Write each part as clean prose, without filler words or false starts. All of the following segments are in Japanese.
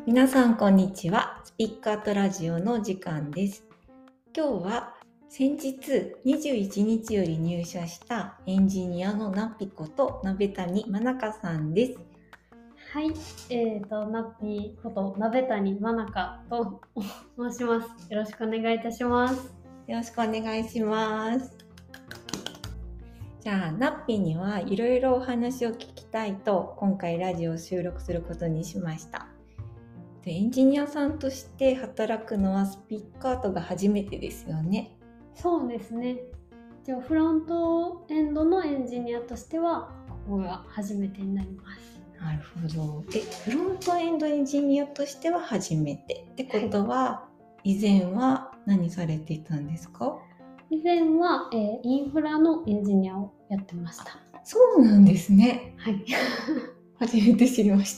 皆さんこんにちは。スピッカートラジオの時間です。今日は先日21日より入社したエンジニアのなっぴこと鍋谷まなかさんです。 はい、なっぴこと鍋谷まなかと申します。よろしくお願いいたします。 よろしくお願いします。じゃあなっぴにはいろいろお話を聞きたいと今回ラジオを収録することにしました。エンジニアさんとして働くのはスピッカートが初めてですよね。 そうですね。じゃあフロントエンドのエンジニアとしてはここが初めてになります。 なるほど。フロントエンドエンジニアとしては初めてってことは、以前は何されていたんですか？ 以前は、インフラのエンジニアをやってました。 そうなんですね。 はい。 初めて知りました。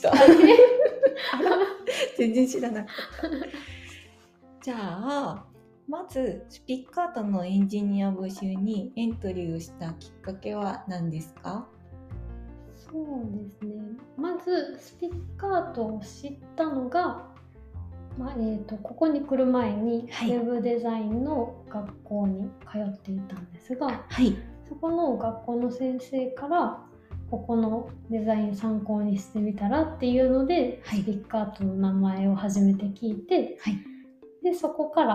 全然知らなかった。じゃあまずスピッカートのエンジニア募集にエントリーをしたきっかけは何ですか？ そうですね。まずスピッカートを知ったのが、ここに来る前にウェブデザインの学校に通っていたんですが、そこの学校の先生からここのデザイン参考にしてみたらっていうので、スピッカートの名前を初めて聞いて、でそこから、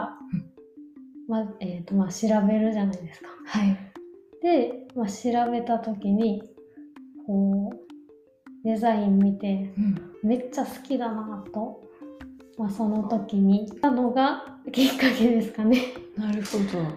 調べるじゃないですか。で、調べた時にこうデザイン見て、めっちゃ好きだなと、その時に来たのがきっかけですかね。 なるほど。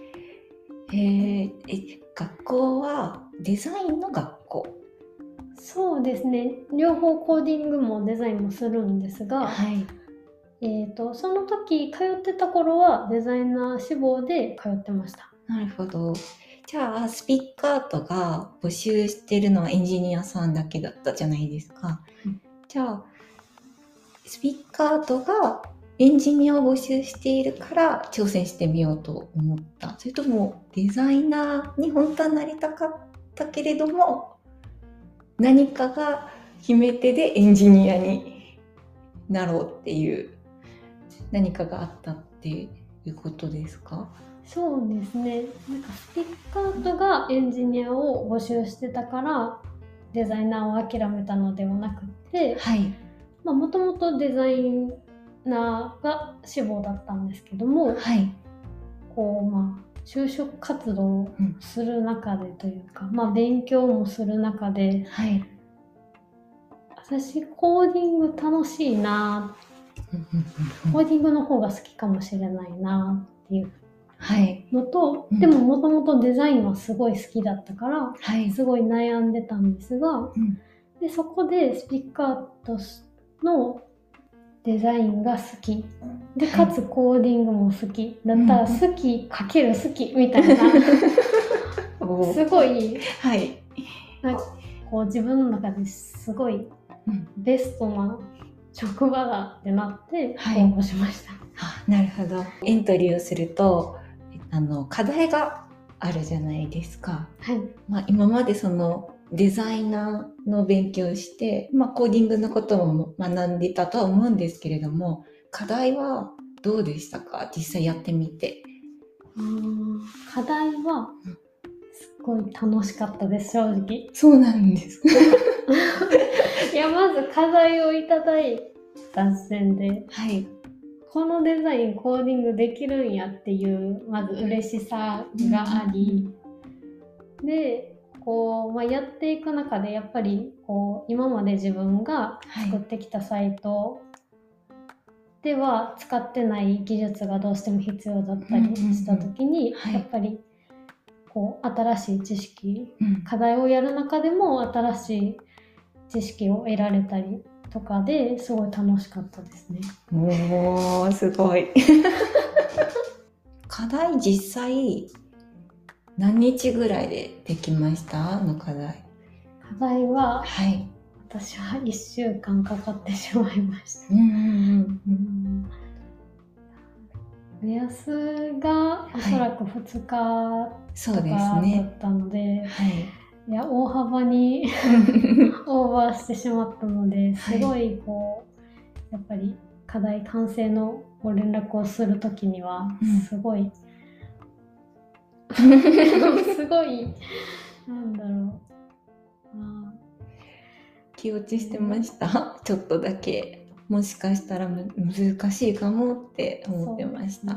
学校はデザインの学校？ そうですね。両方コーディングもデザインもするんですが、その時通ってた頃はデザイナー志望で通ってました。 なるほど。じゃあスピッカートが募集してるのはエンジニアさんだけだったじゃないですか。じゃあスピッカートがエンジニアを募集しているから挑戦してみようと思った？それともデザイナーに本当はなりたかったけれども何かが決め手でエンジニアになろうっていう何かがあったっていうことですか？ そうですね。スピッカートがエンジニアを募集してたからデザイナーを諦めたのではなくて、もともとデザイナーが志望だったんですけども、就職活動をする中でというか、勉強もする中で、私コーディング楽しいな、コーディングの方が好きかもしれないなっていうのと、でももともとデザインはすごい好きだったから、すごい悩んでたんですが、でそこでスピッカートのデザインが好きで、かつコーディングも好きだったら、好きかける好きみたいなすごい、こう自分の中ですごいベストな職場だってなって応募しました。 なるほど。エントリーをすると課題があるじゃないですか。今までそのデザイナーの勉強をして、コーディングのことも学んでたとは思うんですけれども、課題はどうでしたか？実際やってみて。 課題はすごい楽しかったです、正直。 そうなんですか？ いや、まず課題をいただいた時点で、このデザインコーディングできるんやっていうまず嬉しさがあり、でやっていく中でやっぱり今まで自分が作ってきたサイトでは使ってない技術がどうしても必要だったりした時に、やっぱり新しい知識、課題をやる中でも新しい知識を得られたりとかですごい楽しかったですね。 おー、すごい。課題実際何日ぐらいでできました？課題は、 私は1週間かかってしまいました。目安がおそらく2日とかだったので、いや大幅にオーバーしてしまったので、すごいやっぱり課題完成のご連絡をするときにはすごい、すごいなんだろう、 気落ちしてました、ちょっとだけもしかしたら難しいかもって思ってました。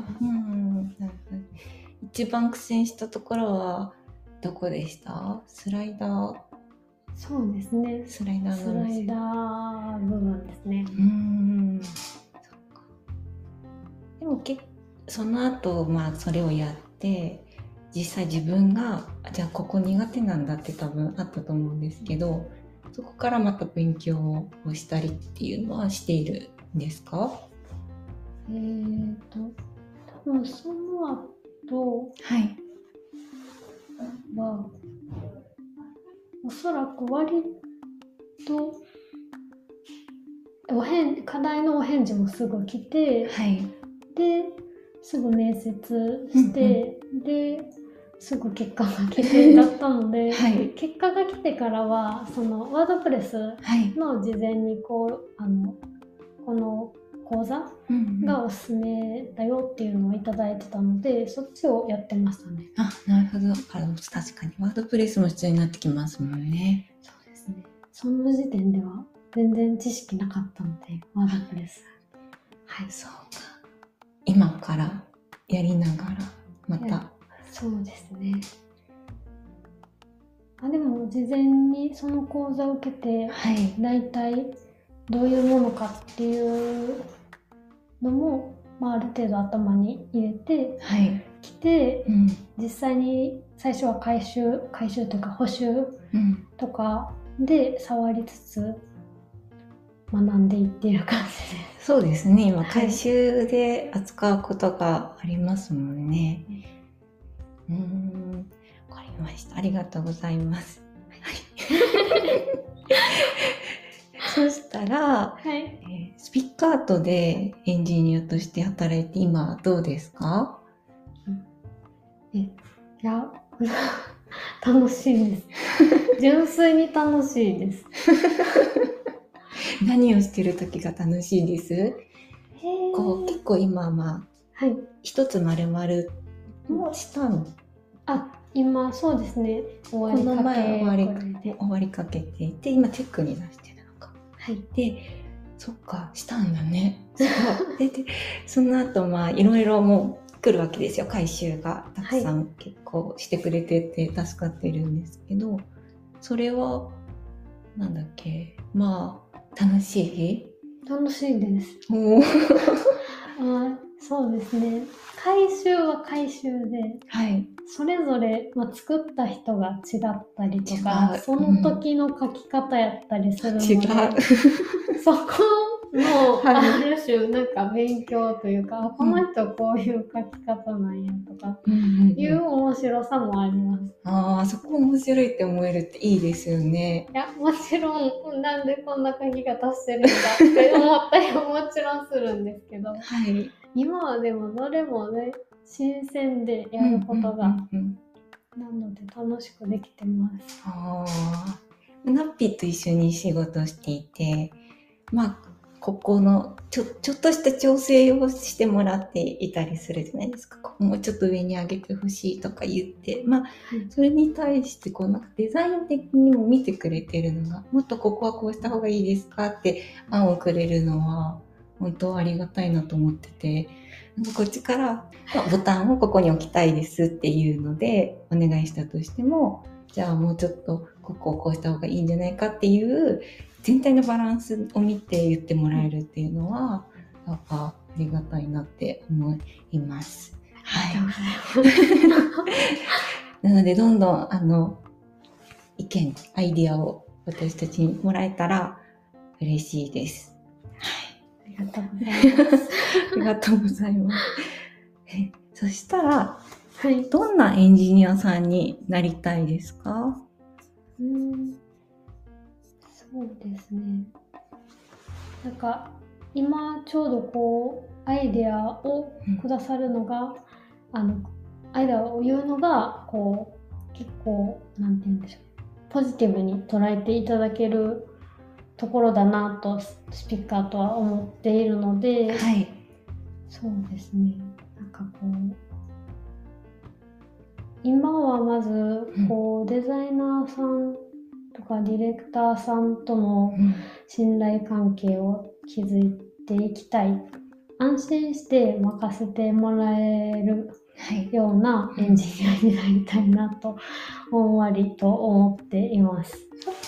一番苦戦したところはどこでした？スライダー。 そうですね。 スライダー部分ですね。 そっか。でもその後、それをやって実際自分がじゃあここ苦手なんだって多分あったと思うんですけど、そこからまた勉強をしたりっていうのはしているんですか？ 多分その後は、おそらく割と課題のお返事もすぐ来て、ですぐ面接して、ですぐ結果が来てだったので、結果が来てからはそのワードプレスの事前にこの講座がおすすめだよっていうのをいただいてたので、そっちをやってましたね。 なるほど。確かにワードプレスも必要になってきますもんね。 そうですね。その時点では全然知識なかったので、ワードプレス。 そうか。今からやりながらまた。 そうですね。でも事前にその講座を受けて、大体どういうものかっていうのも、ある程度頭に入れてきて、実際に最初は回収というか補習とかで触りつつ学んでいっている感じです。 そうですね。今回収で扱うことがありますもんね。わかりました。ありがとうございます。そしたら、スピッカートでエンジニアとして働いて今どうですか？ いや、楽しいです。純粋に楽しいです。 何をしてる時が楽しいです？結構今一つ丸々もうしたの？ 今そうですね。 この前終わりかけていて、今チェックに出してるのか。で、そっか、したんだね。でその後いろいろもう来るわけですよ。回収がたくさん結構してくれてて助かってるんですけど、それはなんだっけ、楽しい？ 楽しいです。そうですね。回収は回収で、それぞれ、作った人が違ったりとか、その時の書き方やったりするので、そこのある種なんか勉強というか、この人こういう書き方なんやとかいう面白さもあります。そこ面白いって思えるっていいですよね。 いや、もちろんなんでこんな書き方してるんだって思ったりももちろんするんですけど、今はでもどれもね新鮮でやることが、なので楽しくできてます。 ナッピーと一緒に仕事をしていて、ここのちょっとした調整をしてもらっていたりするじゃないですか。ここもちょっと上に上げてほしいとか言って、それに対してなんかデザイン的にも見てくれてるのが、もっとここはこうした方がいいですかって案をくれるのは本当ありがたいなと思ってて、こっちからボタンをここに置きたいですっていうのでお願いしたとしても、じゃあもうちょっとここをこうした方がいいんじゃないかっていう全体のバランスを見て言ってもらえるっていうのはやっぱありがたいなって思います。なのでどんどん意見アイディアを私たちにもらえたら嬉しいです。 ありがとうございます。 ありがとうございます。そしたら、どんなエンジニアさんになりたいですか？ そうですね。なんか今ちょうどアイデアをくださるのが、アイデアを言うのが結構なんて言うんでしょう、ポジティブに捉えていただけるところだなとスピッカートは思っているので、 はい、 そうですね。なんかこう今はまずこう、デザイナーさんとかディレクターさんとの信頼関係を築いていきたい。安心して任せてもらえるようなエンジニアになりたいなと、ほんわりと思っています。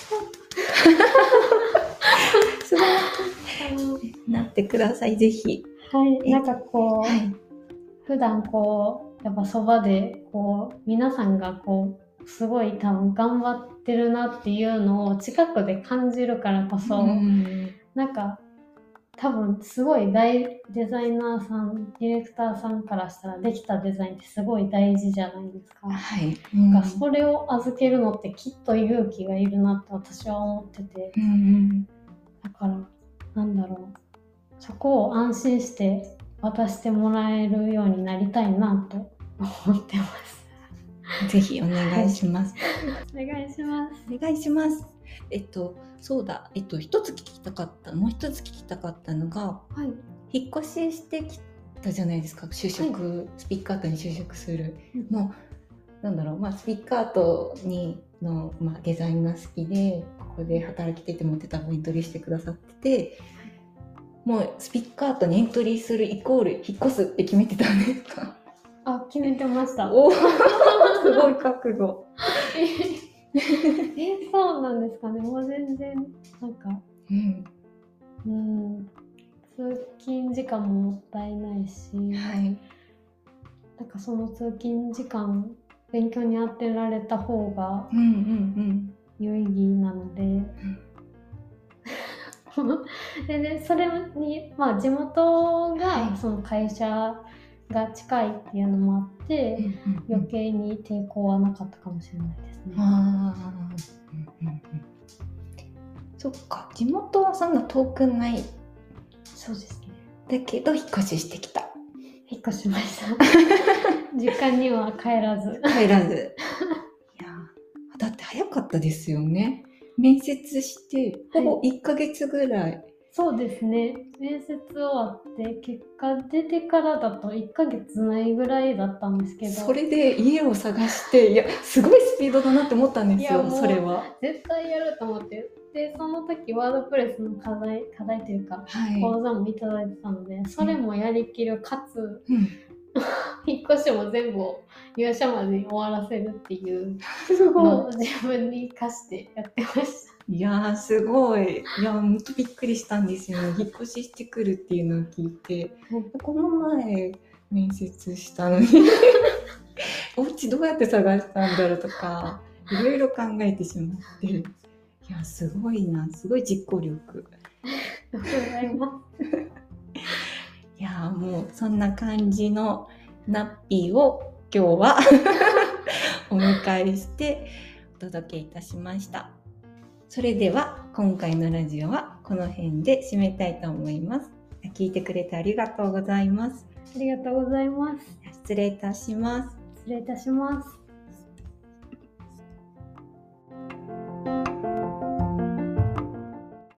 なってください、ぜひ。 はい、なんかこう、普段こう、やっぱそばでこう、皆さんがこう、すごい多分頑張ってるなっていうのを近くで感じるからこそ、なんか多分すごいデザイナーさん、ディレクターさんからしたらできたデザインってすごい大事じゃないですか。 はい。 なんかそれを預けるのってきっと勇気がいるなって私は思ってて、だからなんだろう、そこを安心して渡してもらえるようになりたいなと思ってます。 ぜひお願いします。 お願いします。 お願いします。そうだ、もう一つ聞きたかったのが、引っ越ししてきたじゃないですか、就職、スピッカートに就職する。もう、なんだろう、スピッカートのデザインが好きで、ここで働きたいと思って多分エントリーしてくださってて、もうスピッカートにエントリーするイコール引っ越すって決めてたんですか？ 決めてました。 おすごい覚悟。 そうなんですかね。もう全然なんか、通勤時間ももったいないし、なんかその通勤時間勉強に当てられた方が有意義なので、でそれに地元がその会社が近いっていうのもあって、余計に抵抗はなかったかもしれないですね。 そっか、地元はそんな遠くない。 そうですね。 だけど引っ越ししてきた。 引っ越しました。実家には帰らず。 いや、だって早かったですよね。面接してほぼ1ヶ月ぐらい。 そうですね。面接終わって結果出てからだと1ヶ月ないぐらいだったんですけど、 それで家を探して、いやすごいスピードだなって思ったんですよ。それは絶対やると思って、でその時ワードプレスの課題というか、講座もいただいてたので、それもやりきる、かつ、引っ越しも全部入社までに終わらせるっていうのを自分に課してやってました。 いやすごい。本当びっくりしたんですよね。引っ越ししてくるっていうのを聞いて、この前面接したのにお家どうやって探したんだろうとかいろいろ考えてしまって、いやすごいな、すごい実行力。いやもうそんな感じのナッピーを今日はお迎えしてお届けいたしました。それでは今回のラジオはこの辺で締めたいと思います。聞いてくれてありがとうございます。 ありがとうございます。 失礼いたします。 失礼いたします。